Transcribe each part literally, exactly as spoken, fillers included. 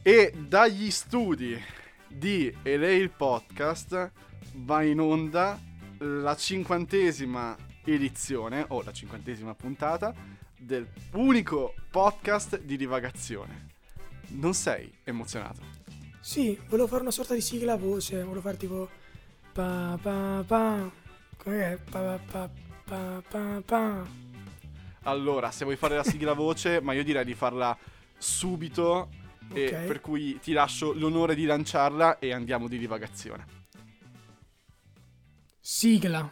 E dagli studi di L A il podcast va in onda la cinquantesima edizione, o la cinquantesima puntata, del unico podcast di divagazione. Non sei emozionato? Sì, volevo fare una sorta di sigla a voce, volevo fare tipo pa pa pa, com'è? Pa pa pa pa pa. Allora, se vuoi fare la sigla a voce, ma io direi di farla subito, e Ok. per cui ti lascio l'onore di lanciarla e andiamo di divagazione. Sigla.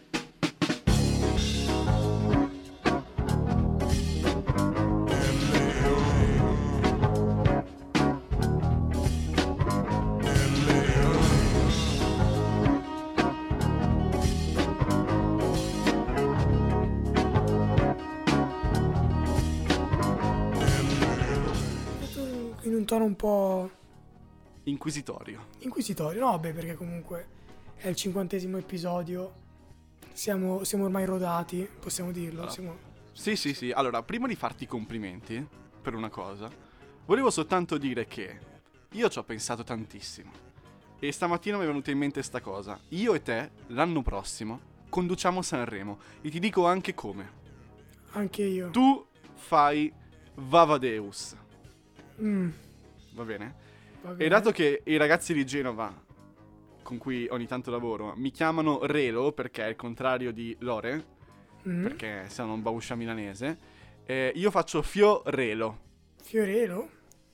In un tono un po' Inquisitorio. inquisitorio, no, beh, perché comunque è il cinquantesimo episodio, siamo, siamo ormai rodati, possiamo dirlo. Allora. Siamo... Sì, sì, sì. Allora, prima di farti i complimenti per una cosa, volevo soltanto dire che io ci ho pensato tantissimo. E stamattina mi è venuta in mente sta cosa. Io e te, l'anno prossimo, conduciamo Sanremo. E ti dico anche come. Anche io. Tu fai Vavadeus. Mm, Va bene? va E bene. dato che i ragazzi di Genova, con cui ogni tanto lavoro, mi chiamano Relo, perché è il contrario di Lore, Mm, perché sono un bauscia milanese, eh, io faccio Fiorelo Fiorello?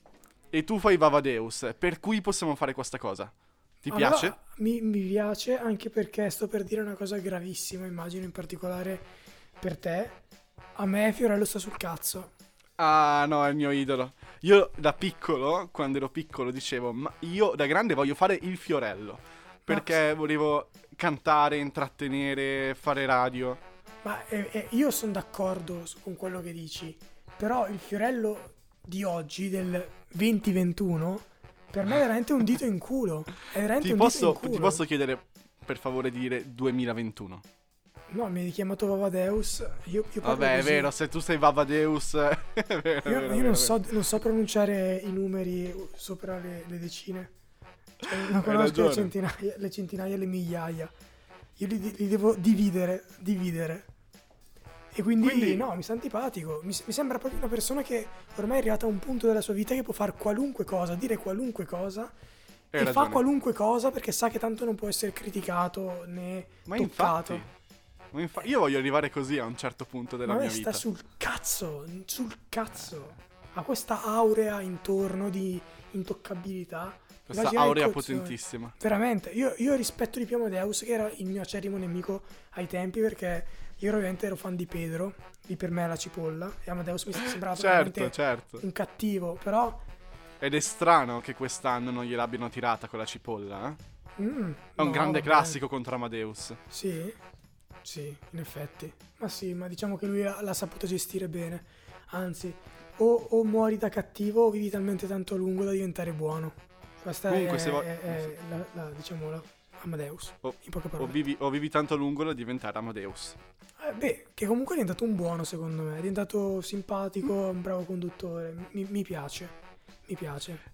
e tu fai Vavadeus, per cui possiamo fare questa cosa. Ti Allora, piace? Mi, mi piace anche perché sto per dire una cosa gravissima, immagino in particolare per te. A me Fiorello sta sul cazzo. Ah no, è il mio idolo. Io da piccolo, quando ero piccolo, dicevo, ma io da grande voglio fare il Fiorello, perché volevo cantare, intrattenere, fare radio. Ma eh, eh, io sono d'accordo su- con quello che dici, però il Fiorello di oggi, del venti ventuno, per me è veramente un dito in culo. È veramente Ti un posso, dito in culo. ti posso chiedere, per favore, di dire duemilaventuno? No, mi hai chiamato Vavadeus. Io, io parlo Vabbè, è così. vero, se tu sei Vavadeus, è vero, è Io, vero, io è vero, non, è so, non so pronunciare i numeri sopra le, le decine. Cioè, non Hai conosco le ragione. centinaia, le centinaia e le migliaia. Io li, li devo dividere, dividere. E quindi, Quindi- no, mi sta antipatico. Mi, mi sembra proprio una persona che ormai è arrivata a un punto della sua vita che può fare qualunque cosa, dire qualunque cosa. Hai e ragione. fa qualunque cosa perché sa che tanto non può essere criticato né Ma toccato. infatti, ma infa- io voglio arrivare così a un certo punto della Ma a mia me vita. sta sul cazzo, sul cazzo. Ha questa aurea intorno di intoccabilità. Questa Immagina il aurea cozzone. potentissima. Veramente, io, io rispetto di più Amadeus, che era il mio acerrimo nemico ai tempi, perché io ovviamente ero fan di Pedro, di Per me la cipolla, e Amadeus mi sembrava Certo, veramente certo. un cattivo, però... Ed è strano che quest'anno non gliel'abbiano tirata con la cipolla, eh? mm, È un no, grande vabbè. classico contro Amadeus. Sì, sì, in effetti. Ma sì, ma diciamo che lui l'ha, l'ha saputo gestire bene. Anzi, o, o muori da cattivo o vivi talmente tanto a lungo da diventare buono. Questa Comunque, è, se vo- è- è la, la- diciamo, la Amadeus, O, in poche o parole. vivi, o vivi tanto a lungo da diventare Amadeus. Eh, beh, che comunque è diventato un buono secondo me, è diventato simpatico, un bravo conduttore, mi, mi piace, mi piace.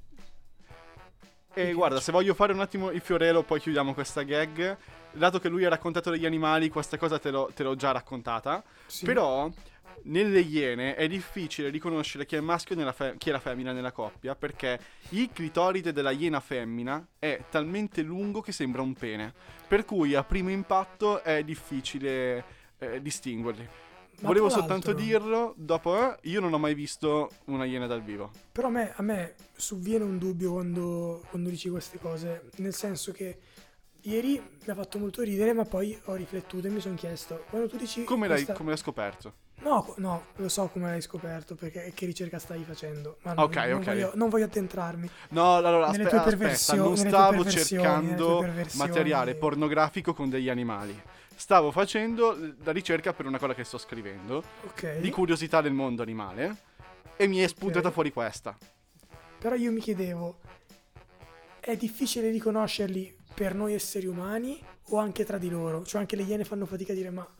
E Mi guarda, piace. se voglio fare un attimo il Fiorello, poi chiudiamo questa gag. Dato che lui ha raccontato degli animali, questa cosa te, l'ho- te l'ho già raccontata. Sì. Però, nelle iene è difficile riconoscere chi è il maschio e nella fe- chi è la femmina nella coppia, perché il clitoride della iena femmina è talmente lungo che sembra un pene. Per cui a primo impatto è difficile eh, distinguerli. Ma Volevo tra soltanto l'altro- dirlo, dopo eh, io non ho mai visto una iena dal vivo. Però a me, a me sovviene un dubbio quando, quando dici queste cose, nel senso che ieri mi ha fatto molto ridere, ma poi ho riflettuto e mi sono chiesto, quando tu dici... Come l'hai, questa- come l'hai scoperto? No, co- no, lo so come l'hai scoperto, perché che ricerca stai facendo, ma non, Ok, non ok. voglio, non voglio addentrarmi. No, allora Nelle aspe- tue aspetta, perversioni- non nelle tue stavo perversioni, nelle tue cercando perversioni. materiale pornografico con degli animali. Stavo facendo la ricerca per una cosa che sto scrivendo, Ok, di curiosità del mondo animale, e mi è spuntata Ok. fuori questa. però io mi chiedevo, è difficile riconoscerli per noi esseri umani o anche tra di loro? Cioè anche le iene fanno fatica a dire, ma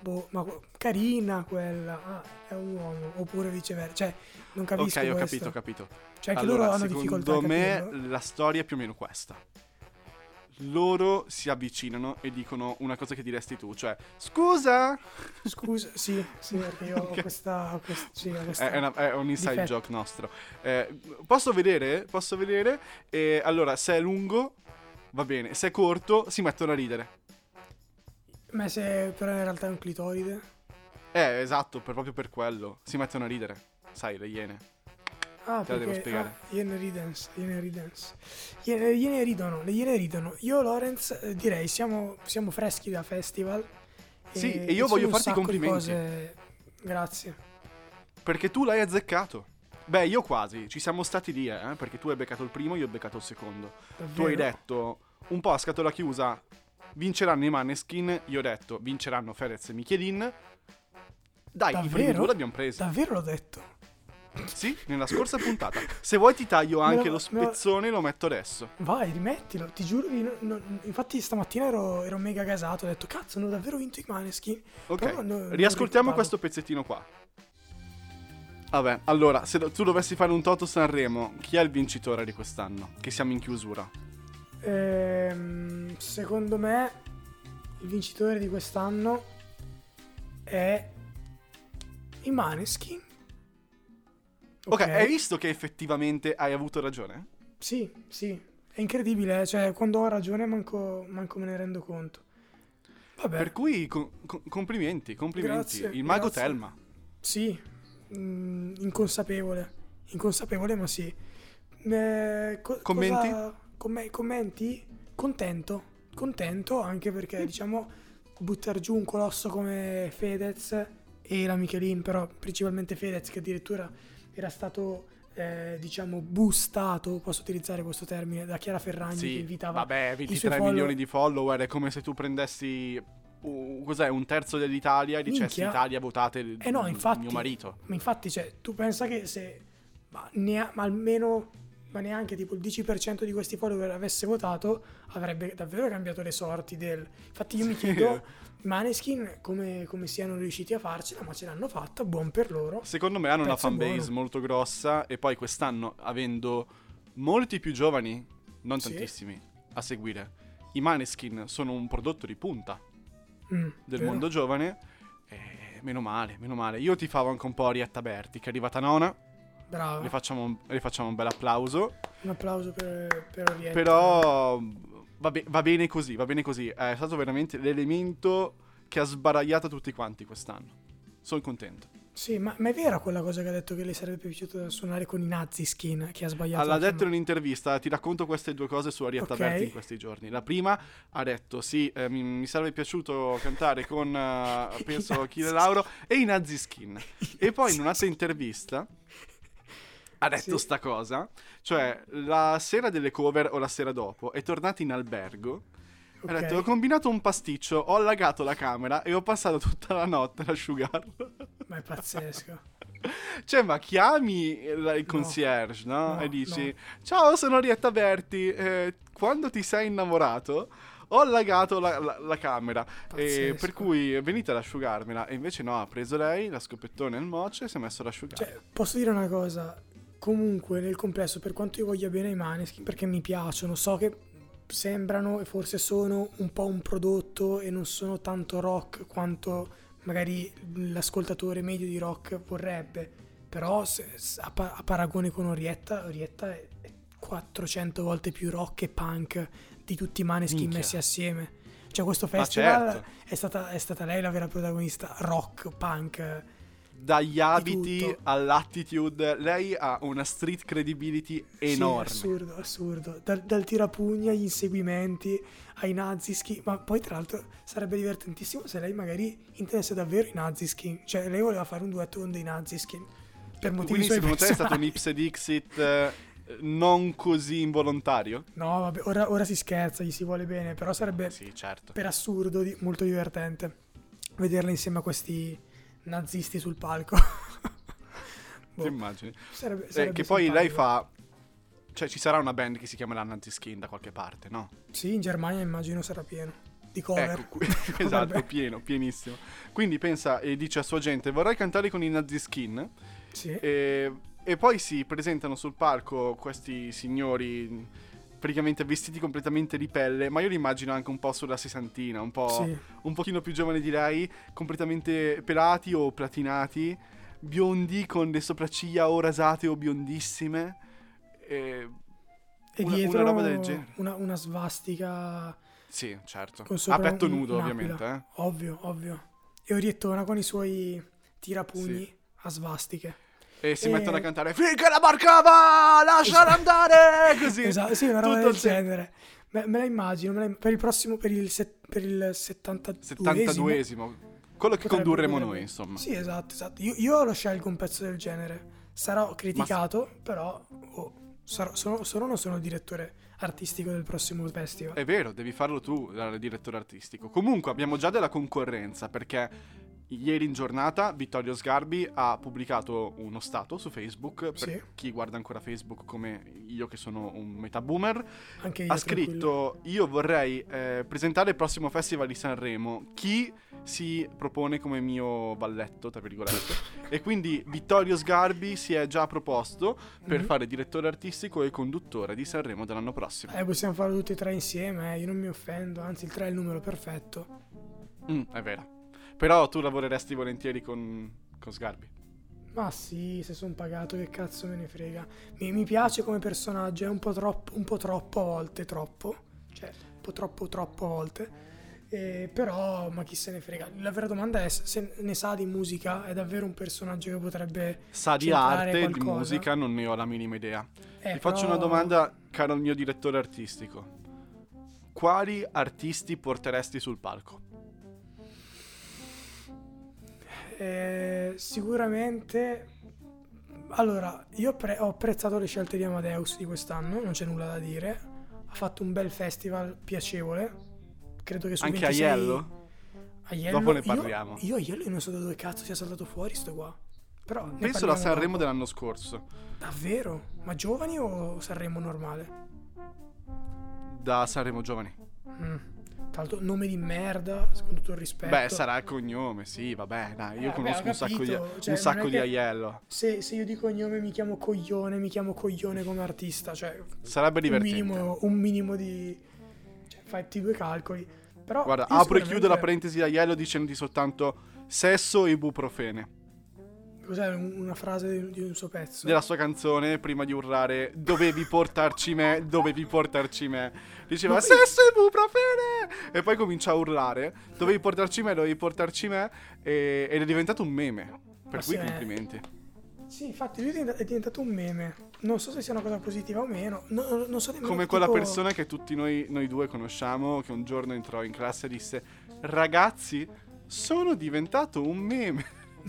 boh, ma carina quella, ah, è un uomo, oppure viceversa, cioè non capisco Ok, ho questo. capito, ho capito. Cioè che Allora, loro hanno difficoltà a secondo me capirlo. la storia è più o meno questa. Loro si avvicinano e dicono una cosa che diresti tu, cioè scusa. Scusa, sì, sì, perché io ho questa, ho questa, sì, ho questa È, una- è un inside difetto. joke nostro. Eh, posso vedere? Posso vedere? Eh, allora, se è lungo, va bene. Se è corto, si mettono a ridere. Ma se però in realtà è un clitoride. Eh, esatto, per- proprio per quello. Si mettono a ridere. Sai, le iene. Ah, Te la devo perché spiegare. ah, iene ridens, iene ridens. Iene, le iene ridono, le iene ridono. Io Lorenz eh, direi siamo, siamo freschi da festival. Sì, e io sono voglio un farti i sacco di complimenti. cose- Grazie. Perché tu l'hai azzeccato. Beh, io quasi. Ci siamo stati lì, eh. Perché tu hai beccato il primo, io ho beccato il secondo. Davvero. Tu hai detto, un po' a scatola chiusa, vinceranno i Maneskin. Io ho detto, vinceranno Fedez e Michelin. Dai, i primi Davvero? due l'abbiamo presi. Davvero l'ho detto. Sì, nella scorsa puntata. Se vuoi ti taglio Me anche lo- lo me lo- spezzone e lo metto adesso. Vai, rimettilo, ti giuro. io non- non- infatti stamattina ero, ero mega gasato. Ho detto, cazzo, hanno davvero vinto i Maneskin. Ok, Però non- non riascoltiamo ricordavo. questo pezzettino qua. Vabbè, allora, se tu dovessi fare un Toto Sanremo, chi è il vincitore di quest'anno? Che siamo in chiusura. Ehm, secondo me il vincitore di quest'anno è i Maneskin. Ok, hai visto che effettivamente hai avuto ragione? Sì, sì, è incredibile, eh, cioè quando ho ragione manco, manco me ne rendo conto. Vabbè, Per cui co- co- complimenti, complimenti. Grazie, il mago grazie. Telma. sì, mm, inconsapevole, inconsapevole ma sì. Eh, co- Commenti? cosa- come- commenti? Contento, contento anche perché diciamo buttare giù un colosso come Fedez e la Michelin, però principalmente Fedez che addirittura era stato eh, diciamo boostato, posso utilizzare questo termine, da Chiara Ferragni che Sì, invitava vabbè, i suoi ventitré follower- milioni di follower. È come se tu prendessi uh, cos'è, un terzo dell'Italia e dicessi Minchia. Italia, votate il, Eh no, infatti, mio marito. Ma infatti, cioè, tu pensa che se ma, nea- ma almeno, ma neanche tipo il dieci per cento di questi follower avesse votato, avrebbe davvero cambiato le sorti del... Infatti io mi chiedo, Maneskin come, come siano riusciti a farcela, ma ce l'hanno fatta, buon per loro. Secondo me hanno una Pezzo fanbase buono. molto grossa e poi quest'anno, avendo molti più giovani, non Sì. tantissimi, a seguire, i Maneskin sono un prodotto di punta Mm, del vero? mondo giovane. E meno male, meno male. Io ti favo anche un po' Arietta Berti, che è arrivata nona. Brava, Le facciamo, un- le facciamo un bel applauso. un applauso per, per Orietta. Però va, be- va bene così, va bene così. È stato veramente l'elemento che ha sbaragliato tutti quanti quest'anno. Sono contento. Sì, ma, ma è vera quella cosa che ha detto che le sarebbe piaciuto suonare con i Nazi Skin, che ha sbagliato. L'ha la detto in chiamata. un'intervista, ti racconto queste due cose su Arietta Ok. Berti in questi giorni. La prima ha detto, sì, eh, mi, mi sarebbe piaciuto cantare con, eh, penso, Nazi Achille Lauro e i Nazi Skin. E poi in un'altra intervista ha detto Sì. sta cosa, cioè la sera delle cover o la sera dopo è tornata in albergo. Ok. Ha detto, ho combinato un pasticcio, ho allagato la camera e ho passato tutta la notte ad asciugarlo. Ma è pazzesco. Cioè, ma chiami il, il concierge, no? No, E dici, no. ciao, sono Arietta Berti, eh, quando ti sei innamorato ho allagato la, la- la camera, e Pazzesco. per cui venite ad asciugarmela. E invece no, ha preso lei, la scopettone nel moce e si è messo ad asciugare. Cioè, posso dire una cosa? Comunque, nel complesso, per quanto io voglia bene i Maneskin, perché mi piacciono, so che sembrano e forse sono un po' un prodotto e non sono tanto rock quanto magari l'ascoltatore medio di rock vorrebbe. Però se- se- a, pa- a paragone con Orietta, Orietta è è quattrocento volte più rock e punk di tutti i Maneskin Minchia. messi assieme. Cioè, questo Ma festival certo. è, stata, è stata lei la vera protagonista rock, punk. Dagli abiti tutto. all'attitude, lei ha una street credibility enorme. Sì, assurdo, assurdo. Dal, dal tirapugni agli inseguimenti, ai Naziskin. Ma poi, tra l'altro, sarebbe divertentissimo se lei magari intendesse davvero i Naziskin. Cioè, lei voleva fare un duetto con dei Naziskin. Per motivi Quindi suoi secondo te è stato un personali. Ipse Dixit eh, non così involontario? No, vabbè, ora, ora si scherza, gli si vuole bene. Però sarebbe, Sì, certo. per assurdo, di- molto divertente vederla insieme a questi nazisti sul palco. Boh, Ti immagini? sarebbe, Eh, sarebbe che poi lei simpatico. fa... Cioè ci sarà una band che si chiamerà Nazi Skin da qualche parte, no? Sì, in Germania immagino sarà pieno. di cover. Ecco, esatto, Vabbè. pieno, pienissimo. Quindi pensa e dice a sua gente: vorrei cantare con i Nazi Skin. Sì. E, e poi si presentano sul palco questi signori praticamente vestiti completamente di pelle, ma io li immagino anche un po' sulla sessantina, un po', Sì. un pochino più giovani di lei, completamente pelati o platinati, biondi con le sopracciglia o rasate o biondissime. E, E una, dietro una roba del genere. una, una svastica Sì, certo. con A sopra petto un- nudo, un'aquila. ovviamente, eh. Ovvio, ovvio. E Oriettona con i suoi tirapugni Sì. a svastiche. E si E- mettono a cantare finché la barca va, lasciala andare, così. Esatto, sì, una roba Tutto del il tempo. genere. Me, me la immagino, me la- per il prossimo, per il, set, per il settantaduesimo. settantaduesimo. Quello che Potrebbe- condurremo potrebbe- noi, insomma. Sì, esatto, esatto. Io, io lo scelgo un pezzo del genere. Sarò criticato, però oh, sarò, sono, sono o non sono il direttore artistico del prossimo festival. È vero, devi farlo tu, il direttore artistico. Comunque abbiamo già della concorrenza, perché ieri in giornata Vittorio Sgarbi ha pubblicato uno stato su Facebook, per Sì. chi guarda ancora Facebook come io che sono un metà boomer. Anche io, Ha tranquillo. scritto: io vorrei eh, presentare il prossimo festival di Sanremo, chi si propone come mio valletto, tra virgolette. E quindi Vittorio Sgarbi si è già proposto per Mhm. fare direttore artistico e conduttore di Sanremo dell'anno prossimo. Eh, possiamo farlo tutti e tre insieme, eh, io non mi offendo, anzi il tre è il numero perfetto. Mm, è vero. Però tu lavoreresti volentieri con, con Sgarbi. Ma sì, se sono pagato che cazzo me ne frega. Mi, mi piace come personaggio, è un po' troppo, un po' troppo a volte, troppo. Cioè, un po' troppo, troppo a volte. Eh, però, ma chi se ne frega. La vera domanda è se ne sa di musica, è davvero un personaggio che potrebbe Sa di centrare arte, di qualcosa? musica, non ne ho la minima idea. Eh, Ti faccio però- una domanda, caro mio direttore artistico. Quali artisti porteresti sul palco? Eh, sicuramente. Allora, io pre- ho apprezzato le scelte di Amadeus di quest'anno, non c'è nulla da dire. Ha fatto un bel festival piacevole. Credo che su Anche ventisei Aiello? Aiello, Dopo ne io- parliamo. Io, Aiello io non so da dove cazzo sia saltato fuori sto qua. Però ne Penso parliamo la Sanremo dopo. dell'anno scorso. Davvero? Ma giovani o Sanremo normale? Da Sanremo Giovani. Mm. Tra l'altro nome di merda, con tutto il rispetto. Beh, sarà il cognome, sì, vabbè, dai, io Eh, conosco vabbè, ho un sacco di, capito, cioè, un sacco non è di che- Aiello. Se, se io di cognome mi chiamo Coglione, mi chiamo Coglione come artista, cioè Sarebbe un divertente. minimo, un minimo di... Cioè, fatti due calcoli. Però Guarda, io apro e sicuramente- chiudo la parentesi di Aiello dicendoti soltanto sesso e ibuprofene. Cos'è un- una frase di, di un suo pezzo? Della sua canzone, prima di urlare dovevi portarci me, dovevi portarci me, diceva Ma- sesso e ibuprofene, e poi comincia a urlare dovevi portarci me, dovevi portarci me, e- ed è diventato un meme, per Ma cui sì, eh. complimenti. Sì, infatti lui è diventa- è diventato un meme. Non so se sia una cosa positiva o meno. No, no- non so nemmeno Come che quella tipo- persona che tutti noi, noi due conosciamo, che un giorno entrò in classe e disse ragazzi, sono diventato un meme.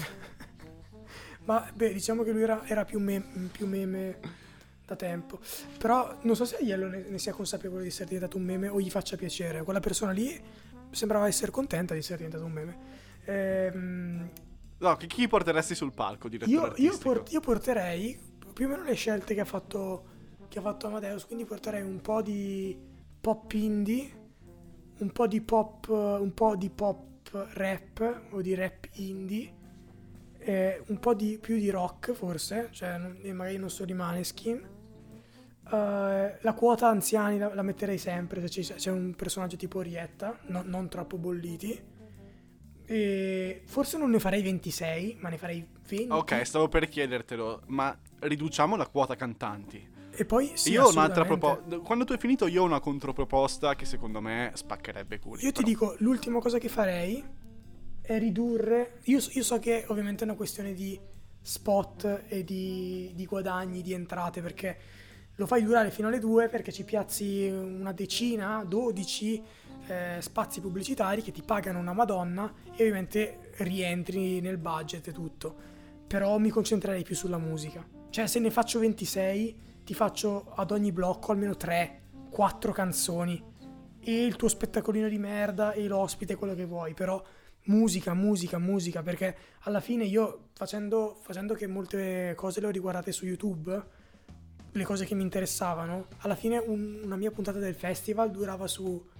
Ma beh, diciamo che lui era, era più, meme, più meme da tempo. Però non so se Aiello ne, ne sia consapevole di essere diventato un meme o gli faccia piacere. Quella persona lì sembrava essere contenta di essere diventato un meme. Ehm, No, chi, chi porteresti sul palco, direttore io, io, artistico? port- io porterei più o meno le scelte che ha fatto, che ha fatto Amadeus. Quindi porterei un po' di pop indie, un po' di pop, un po' di pop rap o di rap indie. Eh, un po' di più di rock forse, cioè non- e magari non solo di Maneskin. Eh, la quota anziani la, la metterei sempre se c'è, c'è un personaggio tipo Orietta, no- non troppo bolliti. E forse non ne farei ventisei, ma ne farei venti. Ok, stavo per chiedertelo, ma riduciamo la quota cantanti. E poi sì, io ho un'altra assolutamente. proposta. Quando tu hai finito, io ho una controproposta che secondo me spaccherebbe culi. Io ti però. dico, l'ultima cosa che farei è ridurre. Io, io so che ovviamente è una questione di spot e di, di guadagni, di entrate, perché lo fai durare fino alle due perché ci piazzi una decina, dodici eh, spazi pubblicitari che ti pagano una madonna e ovviamente rientri nel budget e tutto. Però mi concentrerei più sulla musica. Cioè, se ne faccio ventisei, ti faccio ad ogni blocco almeno tre, quattro canzoni e il tuo spettacolino di merda e l'ospite, quello che vuoi, però musica, musica, musica, perché alla fine io facendo, facendo che molte cose le ho riguardate su YouTube, le cose che mi interessavano, alla fine un- una mia puntata del festival durava su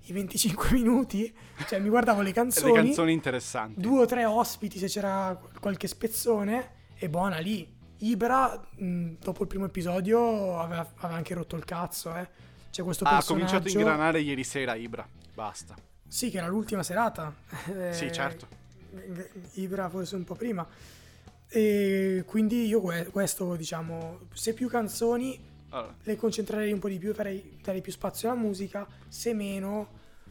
i venticinque minuti, cioè mi guardavo le canzoni, le canzoni interessanti, due o tre ospiti se c'era qualche spezzone, e buona lì. Ibra mh, dopo il primo episodio aveva, aveva anche rotto il cazzo, eh. C'è questo ha personaggio, cominciato a ingranare ieri sera Ibra, basta. Sì, che era l'ultima serata. Sì, certo. Ibra forse un po' prima. E quindi io questo, diciamo, se più canzoni allora. le concentrerei un po' di più, farei dare più spazio alla musica, se meno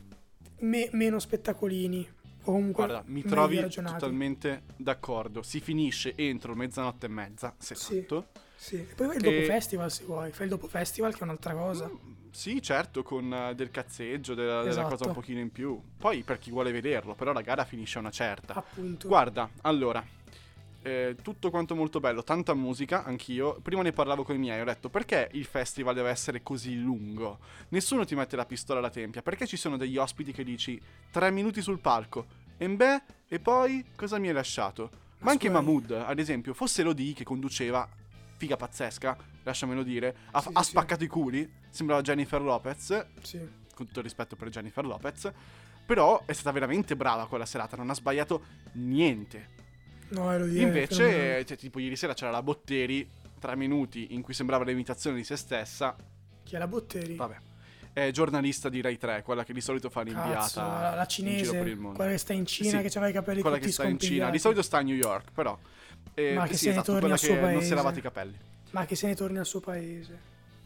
me, meno spettacolini. O comunque guarda, mi trovi totalmente d'accordo. Si finisce entro mezzanotte e mezza, se sì, tanto. Sì, e poi fai il dopo festival se vuoi, fai il dopo festival che è un'altra cosa. Mm, sì, certo, con uh, del cazzeggio, della, esatto. della cosa un pochino in più. Poi per chi vuole vederlo, però la gara finisce a una certa. Appunto. Guarda, allora, eh, tutto quanto molto bello, tanta musica, anch'io. Prima ne parlavo con i miei, ho detto perché il festival deve essere così lungo? Nessuno ti mette la pistola alla tempia, perché ci sono degli ospiti che dici tre minuti sul palco, e beh, e poi cosa mi hai lasciato? Ma, Ma anche Mahmood, ad esempio, fosse Elodie che conduceva, figa pazzesca, lasciamelo dire, ha, sì, ha sì, spaccato i culi, sembrava Jennifer Lopez, sì. con tutto il rispetto per Jennifer Lopez, però è stata veramente brava quella serata, non ha sbagliato niente. No, Elodie invece, cioè, tipo ieri sera c'era la Botteri, tre minuti in cui sembrava l'imitazione di se stessa. Chi è la Botteri? Vabbè, è giornalista di Rai tre, quella che di solito fa l'inviata. Cazzo, la, la cinese, quella che sta in Cina, sì, che aveva i capelli quella tutti che sta in scompigliati. Cina, di solito sta a New York, però eh, ma che sì, se esatto, ne torni al suo che paese, non si è lavati i capelli, ma che se ne torni al suo paese,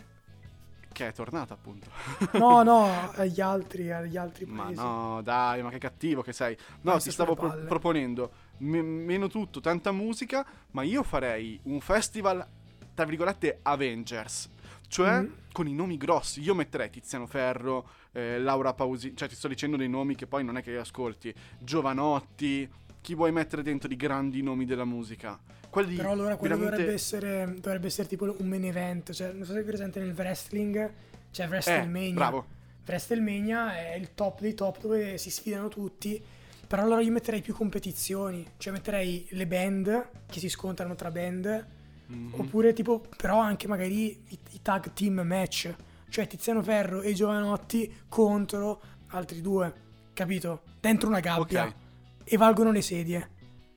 che è tornata appunto. no no agli altri agli altri paesi. Ma no dai, ma che cattivo che sei. No, ti stavo pro- proponendo me- meno tutto, tanta musica, ma io farei un festival tra virgolette Avengers, cioè mm. con i nomi grossi. Io metterei Tiziano Ferro, eh, Laura Pausini, cioè ti sto dicendo dei nomi che poi non è che ascolti, Giovanotti, chi vuoi mettere dentro di grandi nomi della musica? Quelli però allora quello veramente... dovrebbe essere dovrebbe essere tipo un main event, cioè non so se è presente nel wrestling, c'è WrestleMania. Eh, bravo. WrestleMania è il top dei top dove si sfidano tutti, però allora io metterei più competizioni, cioè metterei le band che si scontrano tra band, mm-hmm. oppure tipo però anche magari i, i tag team match, cioè Tiziano Ferro e Giovanotti contro altri due, capito? Dentro una gabbia, okay. E valgono le sedie.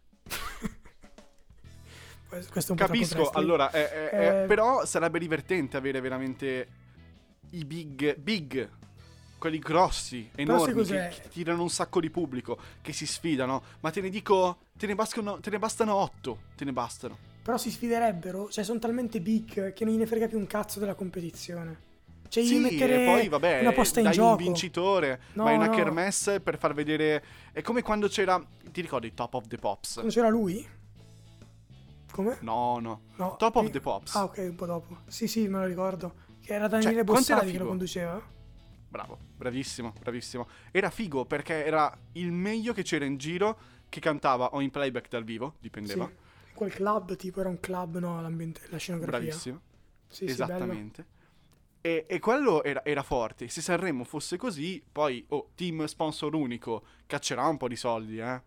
Questo è un Capisco, allora, eh, eh, eh, però sarebbe divertente avere veramente i big, big, quelli grossi, enormi, che, che tirano un sacco di pubblico, che si sfidano, ma te ne dico, te ne bastano, te ne bastano otto, te ne bastano. Però si sfiderebbero, cioè sono talmente big che non gliene frega più un cazzo della competizione. Cioè sì, gli mettere e poi vabbè, una posta in dai gioco. un vincitore, no, vai una no. kermesse per far vedere, è come quando c'era, ti ricordi Top of the Pops? Quando c'era lui? Come? No, no, no Top e... of the Pops. Ah, ok, un po' dopo. Sì, sì, me lo ricordo. Che era Daniele cioè, Bossari che lo conduceva. Bravo, bravissimo, bravissimo. Era figo perché era il meglio che c'era in giro, che cantava o in playback dal vivo, dipendeva. Sì, quel club, tipo era un club, no, l'ambiente, la scenografia. Bravissimo. Sì, esattamente. Sì, e, e quello era, era forte. Se Sanremo fosse così, poi, oh, team sponsor unico, caccerà un po' di soldi, eh.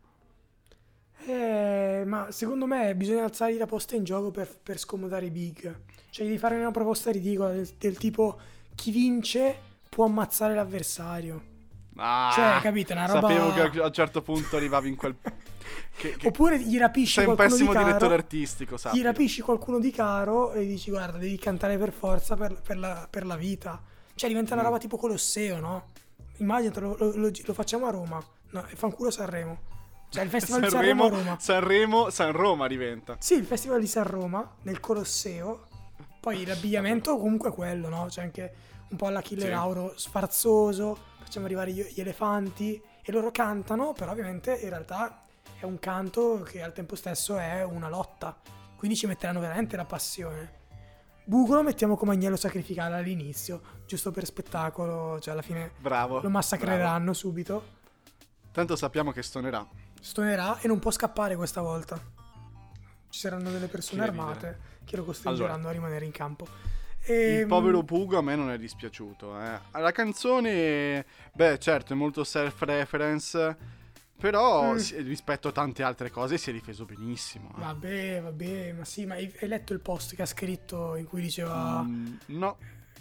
Eh, ma secondo me bisogna alzare la posta in gioco per, per scomodare i big. Cioè devi fare una proposta ridicola del, del tipo chi vince può ammazzare l'avversario. Ah, cioè capite una roba... Sapevo che a un certo punto arrivavi in quel che, che... Oppure gli rapisci sei qualcuno un pessimo di caro, direttore artistico, sappi. Gli rapisci qualcuno di caro e dici guarda devi cantare per forza per, per, la, per la vita. Cioè diventa una mm. roba tipo Colosseo, no? Immaginatelo, lo, lo, lo facciamo a Roma. No, e fanculo Sanremo. Cioè il festival Sanremo, di Sanremo a Roma. Sanremo, San Roma diventa. Sì, il festival di San Roma nel Colosseo. Poi l'abbigliamento comunque è quello, no? C'è anche un po' all'Achille sì. Lauro sfarzoso. Facciamo arrivare gli, gli elefanti e loro cantano, però ovviamente in realtà è un canto che al tempo stesso è una lotta. Quindi ci metteranno veramente la passione. Bugo lo mettiamo come agnello sacrificale all'inizio, giusto per spettacolo, cioè alla fine bravo, lo massacreranno bravo. subito. Tanto sappiamo che stonerà. Stonerà e non può scappare questa volta. Ci saranno delle persone che armate ridere. Che lo costringeranno allora, a rimanere in campo. E... il povero Bugo a me non è dispiaciuto. Eh. La canzone, beh, certo, è molto self-reference, però mm. si, rispetto a tante altre cose si è difeso benissimo. Eh. Vabbè, vabbè, ma sì, ma hai, hai letto il post che ha scritto in cui diceva mm, no.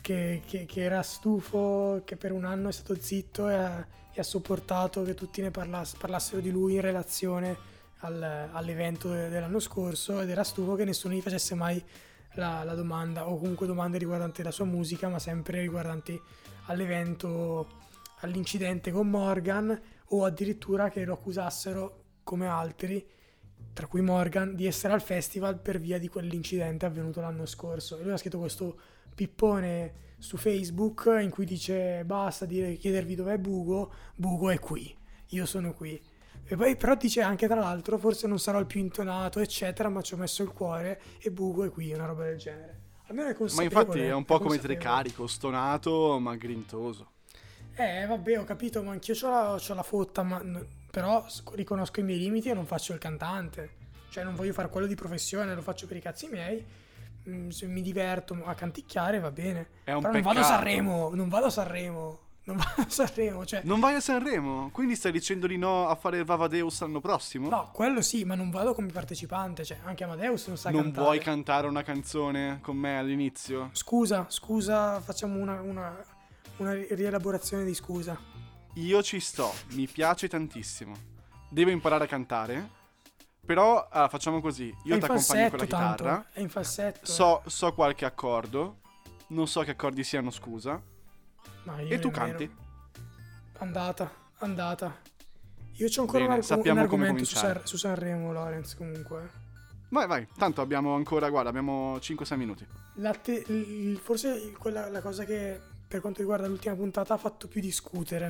che, che, che era stufo, che per un anno è stato zitto e ha, e ha sopportato che tutti ne parlass- parlassero di lui in relazione al, all'evento de- dell'anno scorso, ed era stufo che nessuno gli facesse mai la, la domanda, o comunque domande riguardanti la sua musica, ma sempre riguardanti all'evento, all'incidente con Morgan, o addirittura che lo accusassero, come altri, tra cui Morgan, di essere al festival per via di quell'incidente avvenuto l'anno scorso. E lui ha scritto questo pippone su Facebook in cui dice basta dire, chiedervi dov'è Bugo, Bugo è qui, io sono qui. E poi però dice anche, tra l'altro, forse non sarò il più intonato eccetera, ma ci ho messo il cuore e Bugo è qui, una roba del genere. Almeno è Ma consapevole. infatti è un po' è come consapevole. Tricarico, stonato ma grintoso. Eh vabbè, ho capito, ma anch'io c'ho la, c'ho la fotta, ma n- però s- riconosco i miei limiti e non faccio il cantante. Cioè non voglio fare quello di professione, lo faccio per i cazzi miei. Mm, se mi diverto a canticchiare va bene. È un Però non vado a peccato. Sanremo, non vado a Sanremo, non vado a Sanremo, cioè... Non vai a Sanremo? Quindi stai dicendo di no a fare il Vavadeus l'anno prossimo? No, quello sì, ma non vado come partecipante, cioè anche Amadeus non sa Non cantare. vuoi cantare una canzone con me all'inizio? Scusa, scusa, facciamo una, una, una rielaborazione di scusa. Io ci sto, mi piace tantissimo. Devo imparare a cantare. Però ah, facciamo così, io È in ti accompagno con falsetto la chitarra. tanto, è in falsetto. So, so qualche accordo. Non so che accordi siano, scusa. Ma io E tu nemmeno. canti. Andata, andata. Io c'ho ancora Bene, un, arg- un sappiamo come argomento su, cominciare. San- su Sanremo, Lorenz, comunque. Vai, vai, tanto abbiamo ancora, guarda, abbiamo cinque sei minuti. La te- il- forse quella, la cosa che, per quanto riguarda l'ultima puntata, ha fatto più discutere.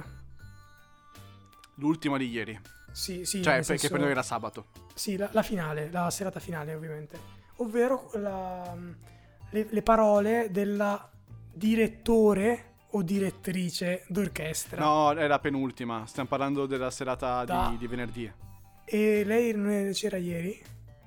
L'ultima di ieri. Sì, sì. Cioè, nel perché senso- per noi era sabato. Sì, la, la finale, la serata finale, ovviamente. Ovvero la- le, le parole della direttore o direttrice d'orchestra. No, è la penultima. Stiamo parlando della serata Da- di, di venerdì. E lei non è- c'era ieri?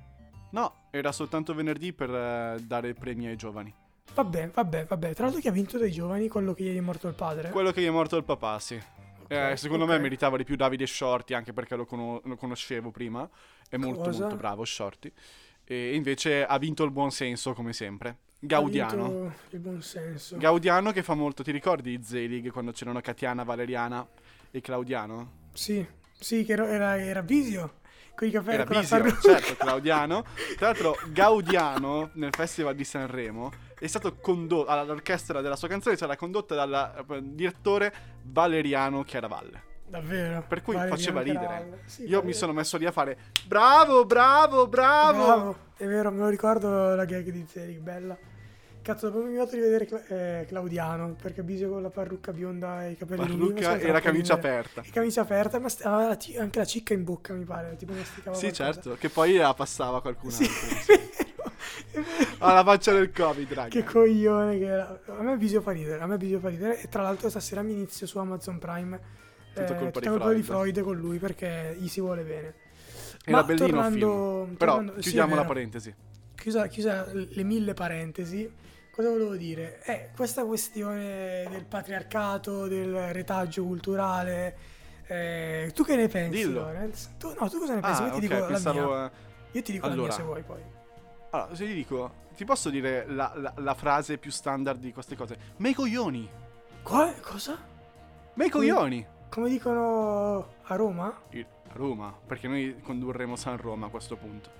No, era soltanto venerdì per eh, dare premi ai giovani. Vabbè, vabbè, vabbè. Tra l'altro chi ha vinto dai giovani, quello che gli è morto il padre? Quello che gli è morto il papà, sì. Eh, secondo ok. me meritava di più Davide Shorty, anche perché lo, cono- lo conoscevo prima. È molto Cosa? molto bravo Shorty. E invece ha vinto il buon senso, come sempre. Ha Gaudiano. vinto il buon senso. Gaudiano che fa molto, ti ricordi Zelig quando c'erano Catiana, Valeriana e Claudiano? Sì, sì, che era, era, era Visio. Con i capelli, Era con la Bisio, parrucca. certo, Claudiano. Tra l'altro Gaudiano nel Festival di Sanremo è stato condotto, all'orchestra della sua canzone sarà condotta dal eh, direttore Valeriano Chiaravalle. Davvero. Per cui Valeriano faceva ridere. Chiaravalle. Sì, Io mi Valeriano. sono messo lì a fare bravo, bravo, bravo. Bravo, è vero, me lo ricordo la gag di Zelig, bella. Cazzo, dopo mi fatto rivedere Cla- eh, Claudiano, perché Bisio con la parrucca bionda e i capelli lunghi. mi Parrucca faceva e la troppo camicia ridere. aperta. E camicia aperta, ma st- aveva la ci- anche la cicca in bocca, mi pare, tipo masticava Sì, qualcosa. certo, che poi la passava qualcun Sì, altro. è vero, è vero. Alla faccia del Covid, raga. Che coglione che era. A me Bisio fa ridere, a me Bisio fa ridere. E tra l'altro stasera mi inizio su Amazon Prime Tutto colpa di tutta colpa Freud. di Freud con lui, perché gli si vuole bene. Era Ma bellino il tornando- film. Però tornando- sì, chiudiamo è la vero. parentesi. Chiusa, chiusa le mille parentesi, cosa volevo dire? Eh, questa questione del patriarcato, del retaggio culturale, eh, tu che ne pensi, Dillo. Lorenz? Tu, no, tu cosa ne pensi? Ah, Io ti ok, dico la pensavo... mia. eh, Io ti dico la allora. mia se vuoi poi. Allora, se ti dico, ti posso dire la, la- la frase più standard di queste cose? Me i coglioni! Qua- cosa? Me i coglioni! Come dicono a Roma? Il- a Roma, perché noi condurremo San Roma a questo punto.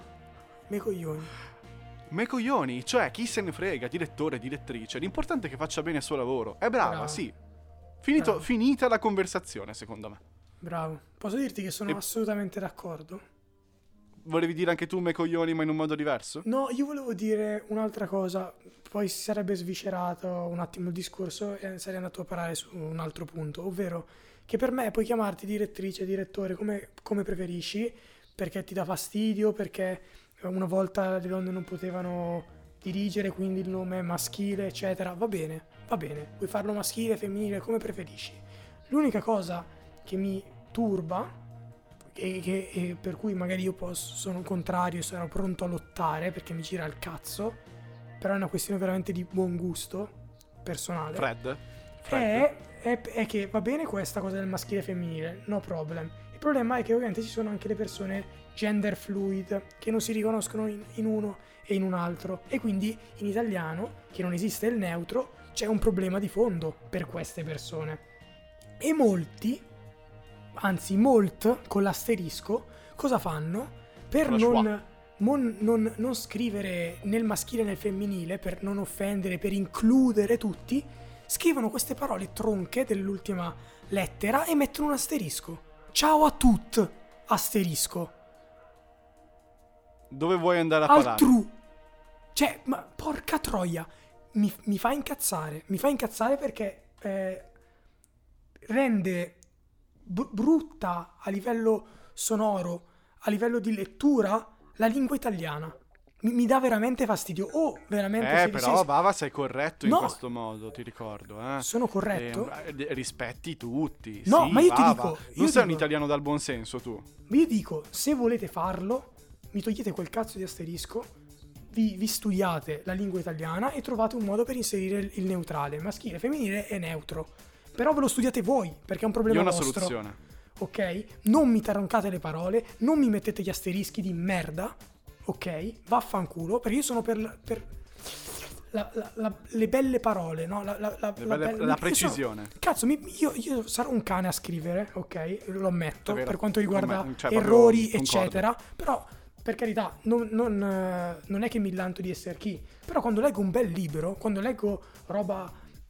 Me coglioni. Me i coglioni, cioè chi se ne frega, direttore, direttrice, l'importante è che faccia bene il suo lavoro. È brava, Bravo. sì. Finito, Bravo. Finita la conversazione, secondo me. Bravo. Posso dirti che sono E- assolutamente d'accordo? Volevi dire anche tu me i coglioni, ma in un modo diverso? No, io volevo dire un'altra cosa, poi si sarebbe sviscerato un attimo il discorso e sarei andato a parare su un altro punto, ovvero che per me puoi chiamarti direttrice, direttore, come, come preferisci, perché ti dà fastidio, perché una volta le donne non potevano dirigere, quindi il nome è maschile, eccetera, va bene, va bene, puoi farlo maschile, femminile, come preferisci. L'unica cosa che mi turba e, che, e per cui magari io posso, sono contrario e sono pronto a lottare perché mi gira il cazzo, però è una questione veramente di buon gusto personale. Fred? Fred? È, è, è che va bene questa cosa del maschile e femminile, no problem. Il problema è che ovviamente ci sono anche le persone gender fluid che non si riconoscono in, in uno e in un altro, e quindi in italiano, che non esiste il neutro, c'è un problema di fondo per queste persone. E molti, anzi molt con l'asterisco, cosa fanno? Per La non, mon- non, non scrivere nel maschile e nel femminile, per non offendere, per includere tutti, scrivono queste parole tronche dell'ultima lettera e mettono un asterisco. Ciao a tut, asterisco. Dove vuoi andare a parare? Altru. Cioè, ma porca troia, mi, mi fa incazzare, mi fa incazzare perché eh, rende br- brutta a livello sonoro, a livello di lettura, la lingua italiana. Mi, mi dà veramente fastidio. Oh, veramente. Eh, se- però, se- Bava, sei corretto No. in questo modo, ti ricordo. Eh. Sono corretto? Eh, eh, rispetti tutti. No, sì, ma io ti Bava. dico- io Non sei un dico- italiano dal buon senso, tu. Io dico, se volete farlo, mi togliete quel cazzo di asterisco, vi, vi studiate la lingua italiana e trovate un modo per inserire il, il neutrale, maschile, femminile e neutro. Però ve lo studiate voi, perché è un problema Io ho una vostro. soluzione. Ok? Non mi tarroncate le parole, non mi mettete gli asterischi di merda, ok? Vaffanculo, perché io sono per... la- per la- la- la- le belle parole, no? La, la, la, Le belle- bella- la io precisione. sono- cazzo, mi- io, io sarò un cane a scrivere, ok? Lo ammetto, È vero. per quanto riguarda Come- cioè, proprio errori, concordo. eccetera. Però, per carità, non, non, eh, non è che mi lanto di essere chi. Però quando leggo un bel libro, quando leggo roba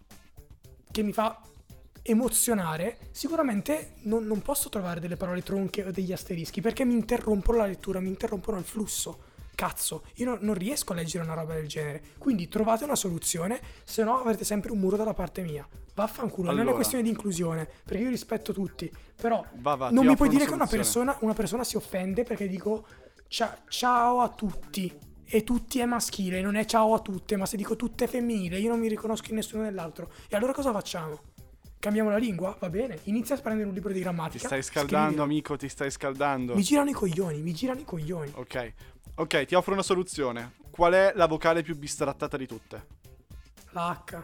che mi fa emozionare, sicuramente non, non posso trovare delle parole tronche o degli asterischi, perché mi interrompono la lettura, mi interrompono il flusso. Cazzo, io no- non riesco a leggere una roba del genere. Quindi trovate una soluzione, se no avrete sempre un muro dalla parte mia. Vaffanculo, non è Allora. una questione di inclusione, perché io rispetto tutti. Però Va, va, non ti mi offro puoi una dire che una soluzione. persona, una persona si offende perché dico cia- ciao a tutti. E tutti è maschile, non è ciao a tutte, ma se dico tutte è femminile, io non mi riconosco in nessuno nell'altro. E allora cosa facciamo? Cambiamo la lingua? Va bene. Inizia a prendere un libro di Ti grammatica. stai scaldando, scrivilo. amico, ti stai scaldando. Mi girano i coglioni, mi girano i coglioni. Ok. Ok, ti offro una soluzione. Qual è la vocale più bistrattata di tutte? La H.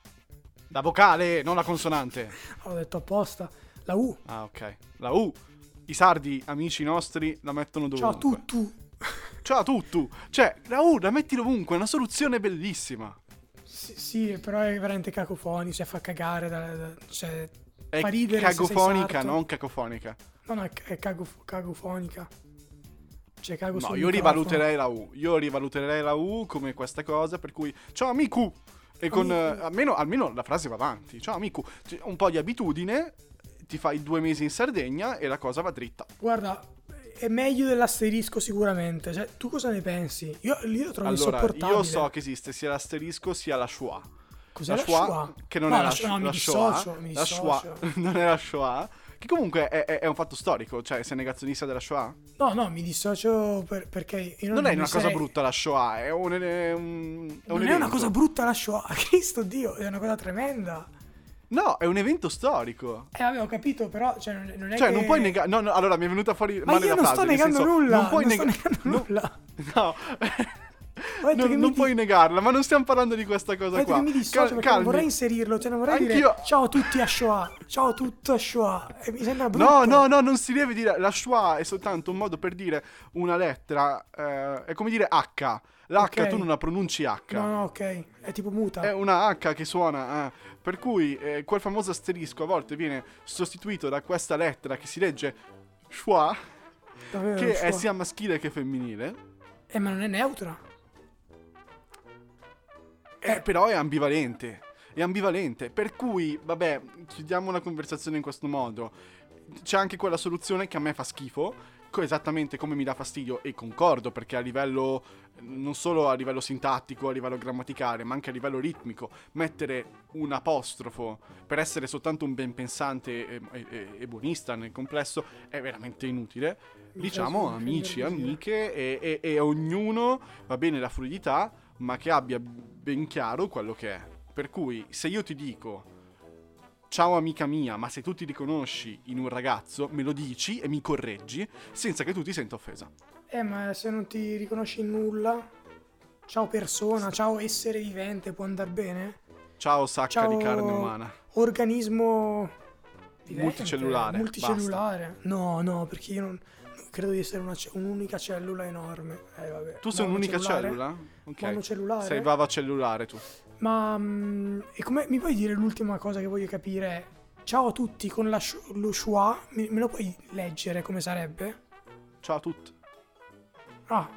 La vocale, non la consonante. L'ho detto apposta. La U. Ah, ok. La U. I sardi, amici nostri, la mettono dovunque. Ciao tu, tu. Ciao a tutti. Cioè, la U la metti dovunque, è una soluzione bellissima. Sì, sì, però è veramente cacofonico, cioè fa cagare, da, da- cioè È fa ridere se sei cagofonica, sarto. non cacofonica. No, no, è, è cagof- cagofonica. Cioè cago No, sul io microfono. rivaluterei la U. Io rivaluterei la U come questa cosa, per cui ciao amico. E con Amico. eh, almeno, almeno la frase va avanti. Ciao amico. Cioè, un po' di abitudine, ti fai due mesi in Sardegna e la cosa va dritta. Guarda, è meglio dell'asterisco sicuramente. Cioè, tu cosa ne pensi? Io, io lo trovo Allora, insopportabile. io so che esiste sia l'asterisco sia la Shoah. Cos'è la Shoah, Shoah? che non No, è la la, Shoah, no, mi la dissocio, Shoah, mi la dissocio. Shoah non è la Shoah, che comunque è, è- è un fatto storico, cioè sei negazionista della Shoah? No, no, mi dissocio per- perché io non, Non è mi una cosa sarei- brutta la Shoah, è un, è un, è un Non è una evento. cosa brutta la Shoah, Cristo Dio, è una cosa tremenda. No, è un evento storico. Eh, vabbè, ho capito, però cioè, non, non è Cioè, che... non puoi negare. No, no, allora mi è venuta fuori Ma male io la non frase. sto nel negando senso, nulla, Non puoi non sto nega- negando no, nulla. No. Ho detto non che mi non di- puoi negarla, ma non stiamo parlando di questa Ho cosa detto qua. che mi dissocio Cal- perché non calmi. vorrei inserirlo, cioè non vorrei Anch'io- dire ciao a tutti a Shoah, ciao a tutto a Shoah, e mi sembra brutto. No, no, no, non si deve dire. La Shoah è soltanto un modo per dire una lettera. eh, è come dire H. L'H Ok. tu non la pronunci H. No, no, ok, è tipo muta. È una H che suona. eh. Per cui eh, quel famoso asterisco a volte viene sostituito da questa lettera che si legge Shoah, Davvero, che è Shoah. sia maschile che femminile. Eh, ma non è neutra. Eh, però è ambivalente. È ambivalente. Per cui, vabbè, chiudiamo la conversazione in questo modo. C'è anche quella soluzione che a me fa schifo, co- esattamente come mi dà fastidio, e concordo, perché a livello, non solo a livello sintattico, a livello grammaticale, ma anche a livello ritmico, mettere un apostrofo per essere soltanto un ben pensante e, e- e buonista nel complesso è veramente inutile. Mi Diciamo fa amici, offendere così. amiche, e, e- e ognuno va bene la fluidità, ma che abbia ben chiaro quello che è. Per cui, se io ti dico ciao amica mia, ma se tu ti riconosci in un ragazzo, me lo dici e mi correggi senza che tu ti senta offesa. Eh, ma se non ti riconosci in nulla, ciao persona, ciao essere vivente, può andar bene? Ciao sacca Ciao di carne umana. organismo vivente, Multicellulare, multicellulare. No, no, perché io non, non credo di essere una ce- un'unica cellula enorme. Eh, vabbè. Tu sei un'unica Monocellulare? cellula? Ok. Monocellulare? Sei bava cellulare tu. Ma mm, e come mi puoi dire l'ultima cosa che voglio capire? Ciao a tutti con la sh- lo schwa, me, me lo puoi leggere come sarebbe? Ciao a tutti. Ah,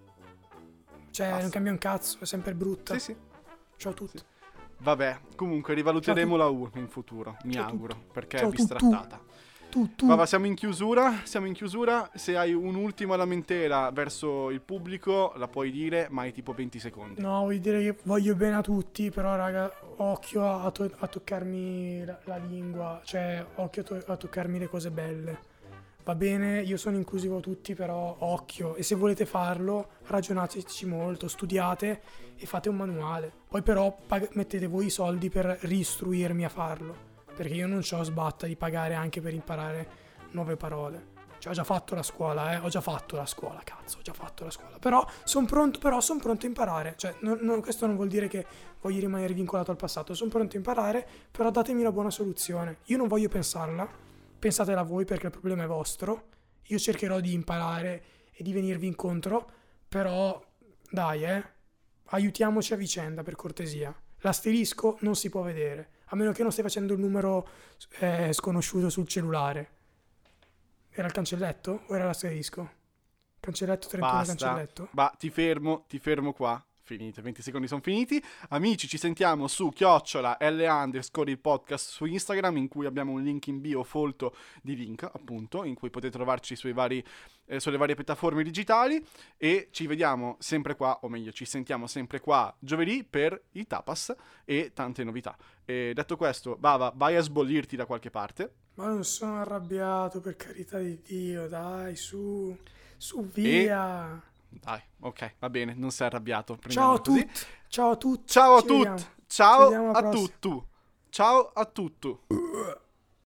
cioè Basta. non cambia un cazzo, è sempre brutta. Sì, sì. Ciao a tutti. Sì. Vabbè, comunque rivaluteremo la U in futuro, mi Ciao a auguro, tutti. perché Ciao è tu, tu. bistrattata. Tu, tu. Vabbè, siamo in chiusura, siamo in chiusura. Se hai un'ultima lamentela verso il pubblico, la puoi dire, ma hai tipo venti secondi. No, vuol dire che voglio bene a tutti, però raga, occhio a, to- a toccarmi la, la lingua, cioè occhio a, to- a toccarmi le cose belle. Va bene, io sono inclusivo a tutti, però occhio. E se volete farlo, ragionateci molto, studiate e fate un manuale. Poi però pag- mettete voi i soldi per riistruirmi a farlo, perché io non c'ho sbatta di pagare anche per imparare nuove parole. Cioè ho già fatto la scuola, eh, ho già fatto la scuola, cazzo, ho già fatto la scuola. Però sono pronto, però sono pronto a imparare. Cioè, non- non- questo non vuol dire che voglio rimanere vincolato al passato, sono pronto a imparare, però datemi una buona soluzione. Io non voglio pensarla, pensatela voi perché il problema è vostro. Io cercherò di imparare e di venirvi incontro, però dai, eh, aiutiamoci a vicenda per cortesia. L'asterisco non si può vedere, a meno che non stai facendo il numero eh, sconosciuto sul cellulare. Era il cancelletto o era l'asterisco? Cancelletto trentuno, Basta. cancelletto? Ma ti fermo, ti fermo qua. Finite, venti secondi sono finiti. Amici, ci sentiamo su chiocciola L underscore il podcast su Instagram, in cui abbiamo un link in bio folto di link, appunto, in cui potete trovarci sui vari, eh, sulle varie piattaforme digitali. E ci vediamo sempre qua, o meglio, ci sentiamo sempre qua giovedì per i tapas e tante novità. E detto questo, Bava, vai a sbollirti da qualche parte. Ma non sono arrabbiato, per carità di Dio, dai, su, su via. E... Dai, ok, va bene, non sei arrabbiato. Ciao a così. tutti, ciao a tutti. Ciao a Ci vediamo. tutti, Ci ciao vediamo alla a prossima. tutti, ciao a tutti.